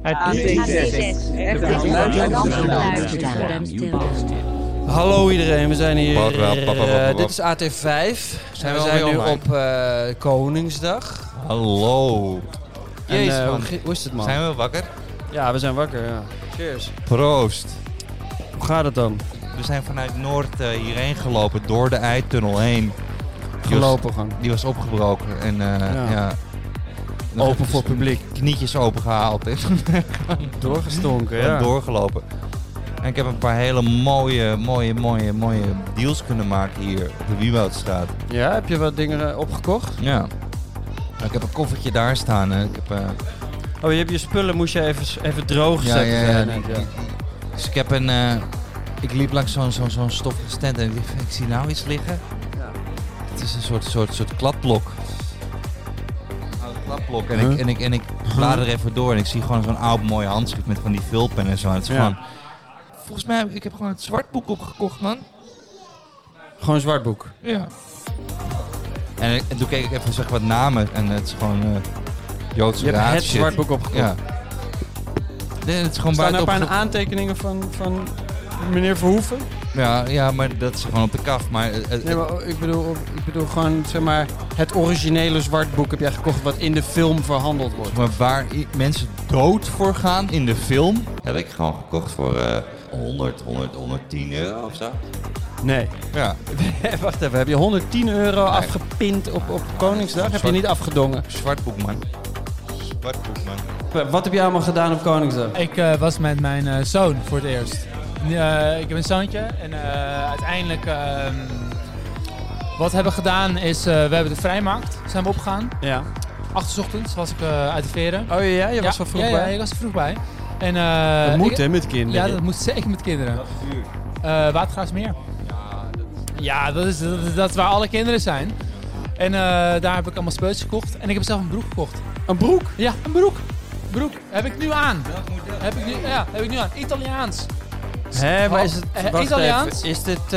Hallo iedereen, we zijn hier. Dit is AT5. We zijn nu op Koningsdag. Hallo. Jezus, hoe is het, man? Zijn we wakker? Ja, we zijn wakker, ja. Cheers. Proost. Hoe gaat het dan? We zijn vanuit Noord hierheen gelopen, door de Eitunnel heen. Die was opgebroken en open voor publiek. Knietjes opengehaald. Doorgestonken, ja. Doorgelopen. En ik heb een paar hele mooie deals kunnen maken hier op de Wieboudstraat. Ja, heb je wat dingen opgekocht? Ja. Ik heb een koffertje daar staan. Ik heb, Oh, je hebt je spullen, moest je even droog zetten. Ja. Dus ik liep langs zo'n stoffige stand en ik zie nou iets liggen. Ja. Het is een soort kladblok. Kladblok. En ik blader even door en ik zie gewoon zo'n oud mooi handschrift met van die vulpen en zo. Het is gewoon... Volgens mij, ik heb gewoon het zwartboek opgekocht, man. Gewoon een zwartboek? Ja. En toen keek ik even zeg wat namen en het is gewoon Joodse raad. Je hebt het shit. zwartboek opgekocht? Ja. Nee, het is gewoon staan er een paar aantekeningen van meneer Verhoeven? Ja, maar dat is gewoon op de kaf. Maar, ik bedoel gewoon, zeg maar, het originele zwartboek heb jij gekocht wat in de film verhandeld wordt. Maar waar mensen dood voor gaan in de film, heb ik gewoon gekocht voor 110 euro of zo. Nee. Ja. Wacht even, heb je 110 euro afgepind op Koningsdag? Heb je niet afgedongen? Zwartboek, man. Wat heb je allemaal gedaan op Koningsdag? Ik was met mijn zoon voor het eerst. Ik heb een zoontje en uiteindelijk wat we hebben gedaan is, we hebben de vrijmarkt zijn we opgegaan. Ja. 8 uur 's ochtends was ik uit de Veren. Oh ja, je was er vroeg bij? Ja, ik was er vroeg bij. En, dat moet hè, met kinderen. Ja, dat moet zeker met kinderen. Watergraafsmeer. Ja, dat is waar alle kinderen zijn. En daar heb ik allemaal speeltjes gekocht. En ik heb zelf een broek gekocht. Een broek? Ja, een broek. Broek. Heb ik nu aan. Heb ik nu aan. Italiaans. Hé, maar is het... Italiaans? Even, is dit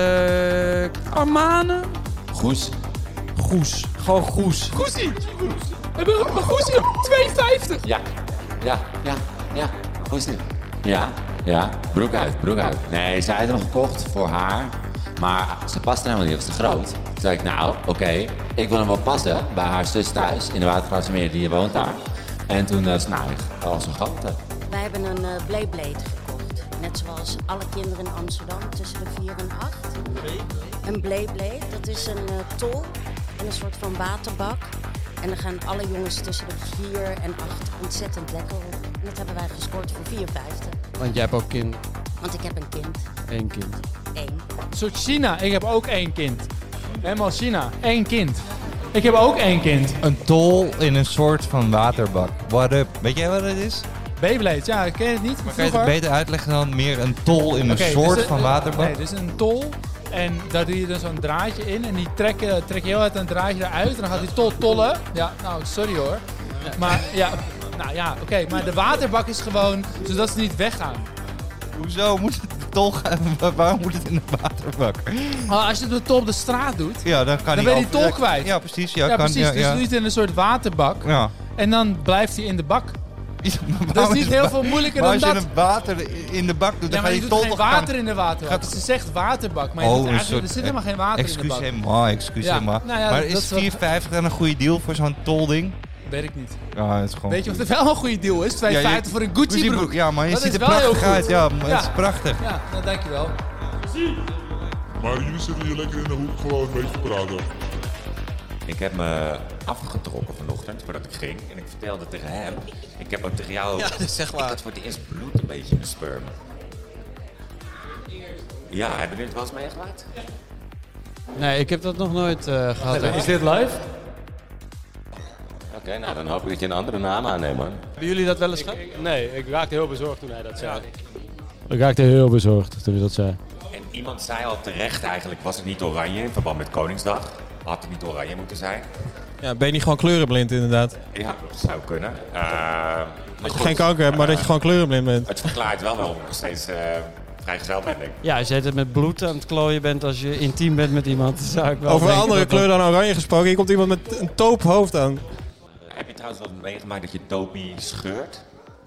Armane? Goes. Gewoon Goes. Goesie. We hebben een Goesie op 2,50. Ja. Goesie. Ja. Broek uit. Nee, zij had hem gekocht voor haar. Maar ze paste helemaal niet, was te groot. Toen zei ik, nou, oké, ik wil hem wel passen bij haar zus thuis in de Watergraafsmeer, die woont daar. En toen is al zo groot. Wij hebben een Blade gekocht. Net zoals alle kinderen in Amsterdam tussen de 4 en 8. Een Blade, dat is een tol in een soort van waterbak. En dan gaan alle jongens tussen de 4 en 8 ontzettend lekker op. En dat hebben wij gescoord voor 4,50. Want jij hebt ook kind. Want ik heb een kind. 1 kind. 1. Een soort China. Ik heb ook 1 kind. Helemaal China. 1 kind. Ik heb ook 1 kind. Een tol in een soort van waterbak. What up? Weet jij wat het is? Beyblade, ja, ik ken het niet. Maar kan je het beter uitleggen dan meer een tol in een soort van waterbak? Nee, dit is een tol. En daar doe je dan zo'n draadje in. En die trek je heel uit een draadje eruit. En dan gaat die tol tollen. Ja, nou, sorry hoor. Maar ja, nou ja, oké. Maar de waterbak is gewoon zodat ze niet weggaan. Hoezo moet het de tol gaan? Waarom moet het in de waterbak? Als je de tol op de straat doet, ja, dan ben je die tol kwijt. Ja, precies. Dus doe je het in een soort waterbak. Ja. En dan blijft hij in de bak. Dat is niet heel veel moeilijker dan dat. Maar als je een water in de bak doet, dan ga je tol geen water in de waterbak. Ze zegt waterbak, maar er zit helemaal geen water in de bak. Excusez-moi. Nou ja, maar is 4,50 dan een goede deal voor zo'n tolding? Weet ik niet. Ja, het is gewoon... Weet je wat er wel een goede deal is? 2,50 voor een Gucci broek. Ja, maar je ziet er prachtig uit. Ja, maar het is prachtig. Ja, nou dankjewel. Maar jullie zitten hier lekker in de hoek gewoon een beetje te praten. Ik heb me afgetrokken vanochtend voordat ik ging. En ik vertelde tegen hem. Ik heb ook tegen jou... Ja, dat is echt waar. Ik had voor het eerst bloed een beetje in mijn sperma. Ja, hebben jullie het wel eens meegemaakt? Nee, ik heb dat nog nooit gehad. Is dit live? Oké, nou dan hoop ik dat je een andere naam aanneemt, man. Hebben jullie dat wel eens gehad? Nee, ik raakte heel bezorgd toen hij dat zei. Ik raakte heel bezorgd toen hij dat zei. En iemand zei al terecht eigenlijk, was het niet oranje in verband met Koningsdag? Had het niet oranje moeten zijn? Ja, ben je niet gewoon kleurenblind inderdaad? Ja, dat zou kunnen. Dat je geen kanker hebt, maar dat je gewoon kleurenblind bent. Het verklaart wel waarom ik nog steeds vrijgezel ben, denk ik. Ja, als je het met bloed aan het klooien bent als je intiem bent met iemand, dan zou ik wel over een andere kleur dan oranje gesproken. Hier komt iemand met een toophoofd aan. Heb je trouwens wel meegemaakt dat je Toby scheurt?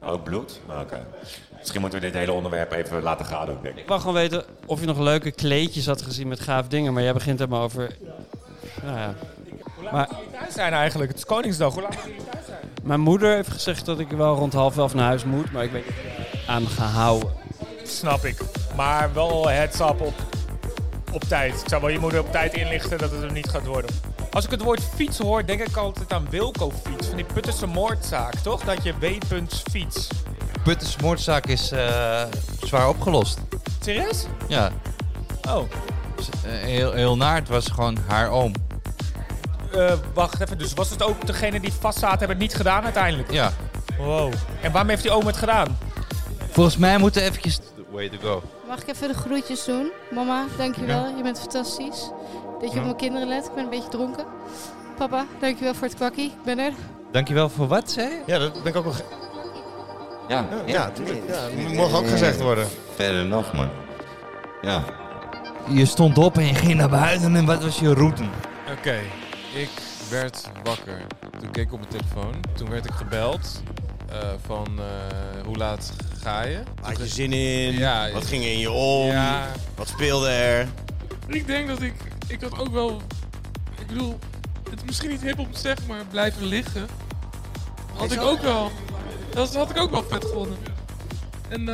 Ook bloed? Oké. Misschien moeten we dit hele onderwerp even laten gaan ook, denk ik. Ik wou gewoon weten of je nog leuke kleedjes had gezien met gaaf dingen. Maar jij begint er maar over... Nou ja. Maar Thuis zijn eigenlijk. Het is Koningsdag. Hoe laat moet je thuis zijn? mijn moeder heeft gezegd dat ik wel rond 11:30 naar huis moet. Maar ik weet niet of ik aan ga houden. Snap ik. Maar wel heads up op tijd. Ik zou wel je moeder op tijd inlichten dat het er niet gaat worden. Als ik het woord fiets hoor, denk ik altijd aan Wilco Fiets. Van die Puttense moordzaak, toch? Dat je W-punt fiets. Puttens moordzaak is zwaar opgelost. Serieus? Ja, Oh. heel naar. Het was gewoon haar oom. Wacht even. Dus was het ook degene die vastzaten hebben het niet gedaan uiteindelijk? Ja. Wow. En waarmee heeft die oom het gedaan? Volgens mij moeten we eventjes... Way to go. Mag ik even de groetjes doen? Mama, dankjewel. Je bent fantastisch. Dat je op mijn kinderen let. Ik ben een beetje dronken. Papa, dankjewel voor het kwakkie. Ik ben er. Dankjewel voor wat, zei je? Ja, dat ben ik ook nog... Ja, tuurlijk. Ja, dat mag ook gezegd worden. Verder nog, man. Ja. Je stond op en je ging naar buiten en wat was je route? Oké, ik werd wakker. Toen keek ik op mijn telefoon. Toen werd ik gebeld van hoe laat ga je? Had je zin in? Ja. Wat ging er in je om? Ja. Wat speelde er? Ik denk dat ik had ook wel... Ik bedoel, het is misschien niet hip om te zeggen, maar blijven liggen. Had ik ook wel. Dat had ik ook wel vet gevonden. En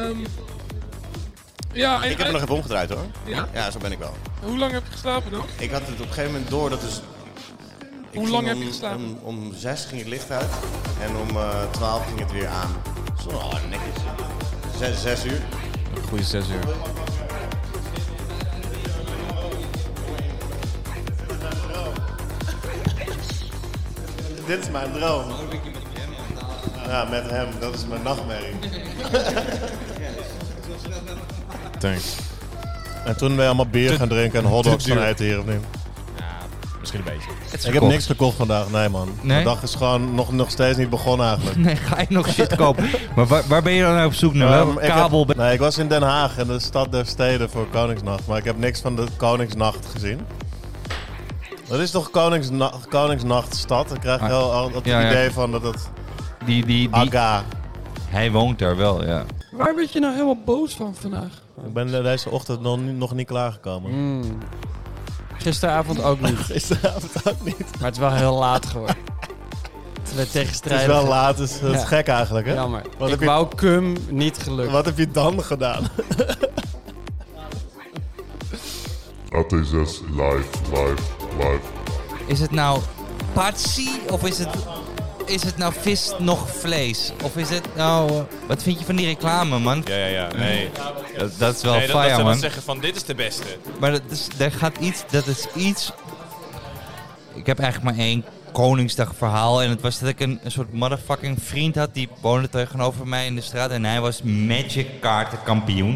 ja... Ik heb er nog even omgedraaid hoor. Ja? Ja, zo ben ik wel. Hoe lang heb je geslapen dan? Ik had het op een gegeven moment door dat dus... Hoe lang heb je geslapen? Om 6 ging het licht uit en om 12 ging het weer aan. Zo netjes. 6 uur. Een goede 6 uur. Dit is mijn droom. Ja, met hem. Dat is mijn nachtmerrie. Thanks. En toen ben je allemaal bier gaan drinken en hotdogs gaan eten hier, of niet? Ja, misschien een beetje. Ik heb niks gekocht vandaag, nee man. Nee? Mijn dag is gewoon nog steeds niet begonnen eigenlijk. Nee, ga je nog shit kopen? Maar waar ben je dan naar op zoek naar? Welke kabel? Nee, ik was in Den Haag, in de stad der steden voor Koningsnacht. Maar ik heb niks van de Koningsnacht gezien. Dat is toch Koningsnachtstad? Dan krijg je al het idee van dat het... Die Aga. Hij woont daar wel, ja. Waar werd je nou helemaal boos van vandaag? Ik ben deze ochtend nog niet klaargekomen. Gisteravond ook niet. Gisteravond ook niet. Maar het is wel heel laat geworden. Het werd tegenstrijdig. Het is wel laat, dus dat is gek eigenlijk, hè? Jammer. Ik wou cum niet gelukt. Wat heb je dan gedaan? AT6 live. Is het nou patsie of is het nou vis nog vlees? Of is het nou... wat vind je van die reclame, man? Ja. Nee. Dat is wel fire, dat ze man. dan zeggen van dit is de beste. Maar dat is iets... Ik heb eigenlijk maar één Koningsdag verhaal. En het was dat ik een soort motherfucking vriend had. Die woonde tegenover mij in de straat. En hij was Magic kaartenkampioen.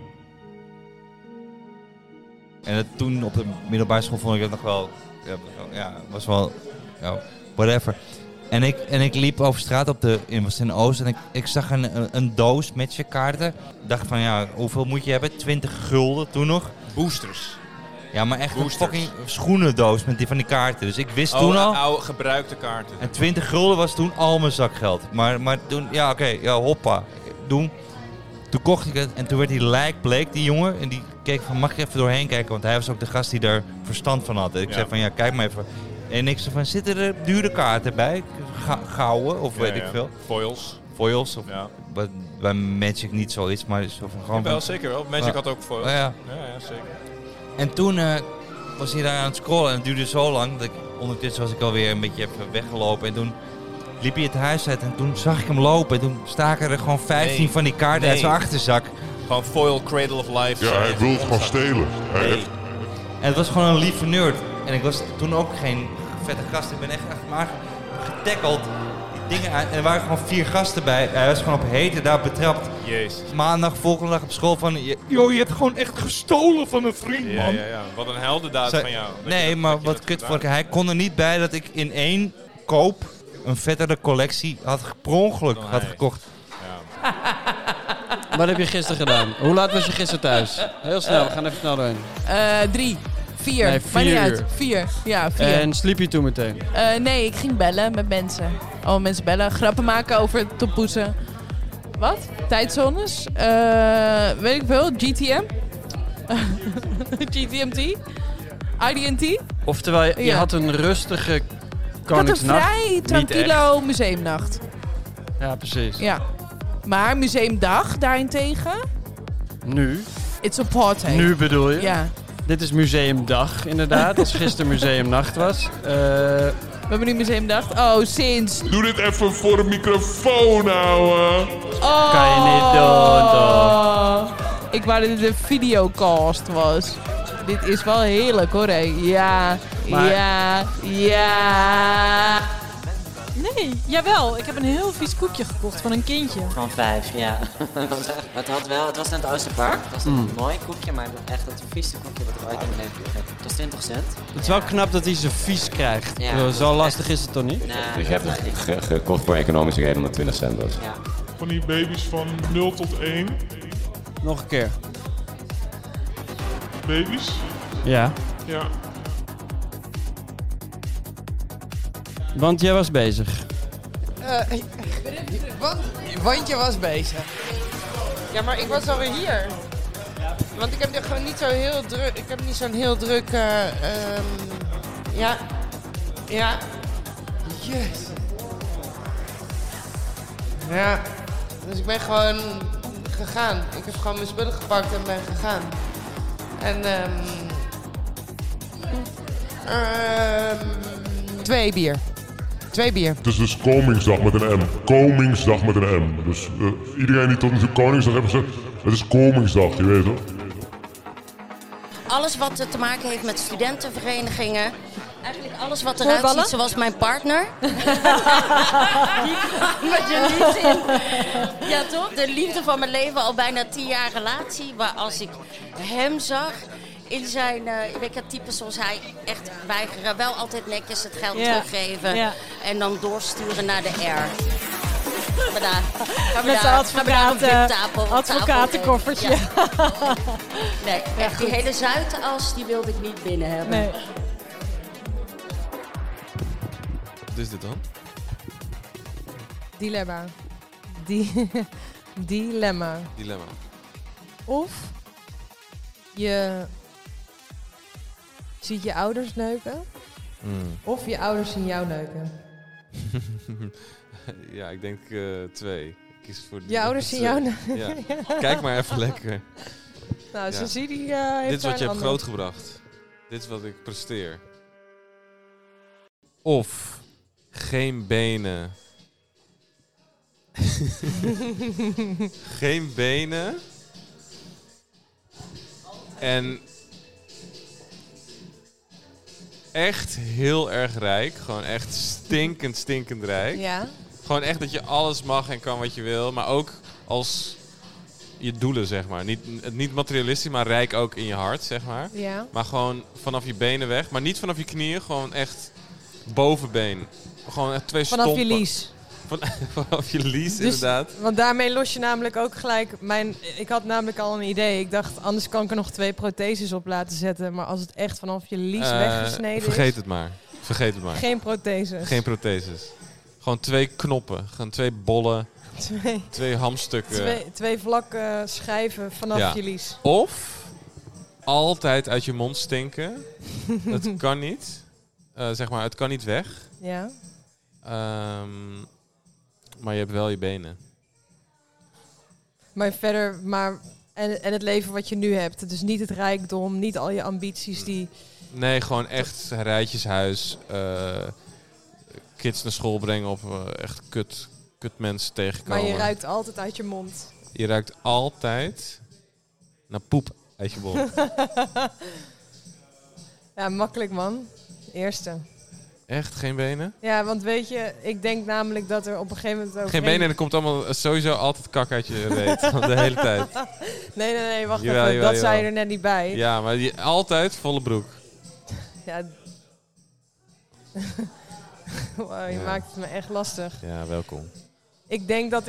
En toen op de middelbare school vond ik het nog wel... Ja, was wel... Ja, whatever. En ik liep over straat was in Oost en ik zag een doos met je kaarten. Ik dacht van ja, hoeveel moet je hebben? 20 gulden toen nog. Boosters. Ja, maar echt een fucking schoenendoos met van die kaarten. Dus ik wist toen al... oude gebruikte kaarten. En 20 gulden was toen al mijn zakgeld. Maar toen, ja oké, hoppa. Toen kocht ik het en toen werd hij lijkbleek, die jongen. En die keek van, mag ik even doorheen kijken? Want hij was ook de gast die daar verstand van had. En ik zei van, ja, kijk maar even. En ik zei van, zitten er dure kaarten bij? Gouden of weet ik veel. Foils of bij Magic niet zoiets, maar zo van gewoon... Wel, zeker wel. Magic had ook foils. Ja, zeker. En toen was hij daar aan het scrollen en het duurde zo lang dat ondertussen was ik alweer een beetje even weggelopen. En toen liep hij het huis uit en toen zag ik hem lopen en toen staken er gewoon 15 van die kaarten uit zijn achterzak. Gewoon foil Cradle of Life. Ja, hij wil het gewoon stelen. En het was gewoon een lieve nerd. En ik was toen ook geen vette gast. Ik ben echt maar getackeld. Die dingen uit. En er waren gewoon 4 gasten bij. Hij was gewoon op hete daar betrapt. Jezus. Maandag, volgende dag op school van... Joh, je hebt gewoon echt gestolen van een vriend, man. Ja. Wat een heldendaad van jou. Nee, maar wat kut voor hij kon er niet bij dat ik in 1 koop een vettere collectie per ongeluk had gekocht. Ja. Wat heb je gisteren gedaan? Hoe laat was je gisteren thuis? Heel snel, we gaan even snel doorheen. 3, 4, Nee, maar niet 4 uit. uur. 4, ja, 4. En sliep je toen meteen? Nee, ik ging bellen met mensen. Allemaal mensen bellen, grappen maken over tompoesen. Wat? Tijdzones? Weet ik veel. GTM? GTMT? IDNT? Oftewel, je had een rustige Ik had Koningsnacht. een vrij tranquilo museumnacht. Ja, precies. Ja. Maar museumdag daarentegen? Nu? It's a party. Nu bedoel je? Ja. Dit is museumdag, inderdaad. Als gisteren museumnacht was. We hebben nu museumdag. Oh, sinds... Doe dit even voor de microfoon, ouwe. Oh. Kan je niet doen, toch? Ik wou dat dit een videocast was. Dit is wel heerlijk, hoor. Hé. Ja, Maar- ja. Nee, jawel. Ik heb een heel vies koekje gekocht van een kindje. Van 5, ja. Het had wel, het was in het Oosterpark. Het was een mooi koekje, maar echt het vieste koekje wat ik ooit in mijn leven gegeten heb. Het was 20 cent. Het is wel knap dat hij ze vies krijgt. Ja. Zo lastig is het toch niet? Dus je hebt het gekocht voor economische reden omdat het 20 cent was. Ja. Van die baby's van 0 tot 1. Nog een keer. Baby's? Ja. Ja. Want jij was bezig. Want je was bezig. Ja, maar ik was alweer hier. Want ik heb gewoon niet zo heel druk. Ik heb niet zo'n heel druk. Ja. Ja. Yes. Ja. Dus ik ben gewoon gegaan. Ik heb gewoon mijn spullen gepakt en ben gegaan. En 2 bier. 2 bier. Het is dus Koningsdag met een M. Koningsdag met een M. Dus iedereen die tot nu toe Koningsdag heeft gezegd, het is Koningsdag, je weet toch? Alles wat te maken heeft met studentenverenigingen. Eigenlijk alles wat eruit Voorballen? ziet zoals mijn partner. Die kwam met je niet in. Ja toch? De liefde van mijn leven, al bijna 10 jaar relatie. Maar als ik hem zag in zijn, weet je, type zoals hij, echt weigeren. Wel altijd netjes het geld teruggeven. Ja. En dan doorsturen naar de R. Met zijn advocatenkoffertje. Ja. Nee, echt die hele Zuidas, die wilde ik niet binnen hebben. Nee. Wat is dit dan? Dilemma. Dilemma. Dilemma. Of je ziet je ouders neuken. Of je ouders zien jou neuken. Ja, ik denk 2. Ik kies voor Je ouders zien jou neuken. Ja. Kijk maar even lekker. Nou, Ja. zo zie die heeft Dit is daar wat je een hebt ander. grootgebracht. Dit is wat ik presteer. Of geen benen. Geen benen. En echt heel erg rijk. Gewoon echt stinkend rijk. Ja. Gewoon echt dat je alles mag en kan wat je wil. Maar ook als je doelen, zeg maar. Niet materialistisch, maar rijk ook in je hart, zeg maar. Ja. Maar gewoon vanaf je benen weg. Maar niet vanaf je knieën, gewoon echt bovenbeen. Gewoon echt 2 Vanaf stompen. je lies. Vanaf je lies, Dus, inderdaad. Want daarmee los je namelijk ook gelijk ik had namelijk al een idee. Ik dacht, anders kan ik er nog 2 protheses op laten zetten. Maar als het echt vanaf je lies weggesneden Vergeet is... het maar. Vergeet het maar. Geen protheses. Geen protheses. Gewoon 2 knoppen. Gewoon 2 bollen. 2 hamstukken. 2 vlakke schijven vanaf je lies. Of altijd uit je mond stinken. Dat kan niet. Zeg maar, het kan niet weg. Ja. Maar je hebt wel je benen. Maar verder, en het leven wat je nu hebt. Dus niet het rijkdom, niet al je ambities die... Nee, gewoon echt rijtjeshuis. Kids naar school brengen of echt kut mensen tegenkomen. Maar je ruikt altijd uit je mond. Je ruikt altijd naar poep uit je mond. Ja, makkelijk man. Eerste. Echt? Geen benen? Ja, want weet je, ik denk namelijk dat er op een gegeven moment ook... Geen benen en er komt allemaal sowieso altijd kak uit je reet. De hele tijd. Nee, wacht Jawel, even. jawel, Dat zei je jawel. er net niet bij. Ja, maar altijd volle broek. Ja. Wow, je maakt het me echt lastig. Ja, welkom. Ik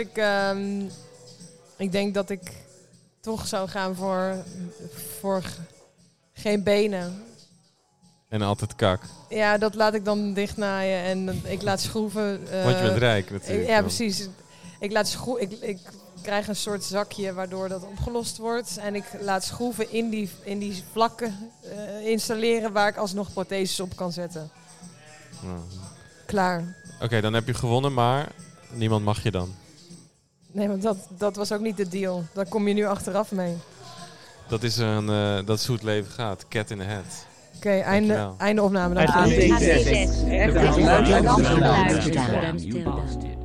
denk dat ik toch zou gaan voor geen benen. En altijd kak. Ja, dat laat ik dan dichtnaaien en ik laat schroeven. Want je bent rijk natuurlijk. Ja, precies. Ik krijg een soort zakje waardoor dat opgelost wordt. En ik laat schroeven in die vlakken installeren waar ik alsnog protheses op kan zetten. Klaar. Oké, dan heb je gewonnen, maar niemand mag je dan. Nee, want dat was ook niet de deal. Daar kom je nu achteraf mee. Dat is dat is hoe het leven gaat. Cat in the hat. Oké, einde opname. AT6. Dankjewel. AT6.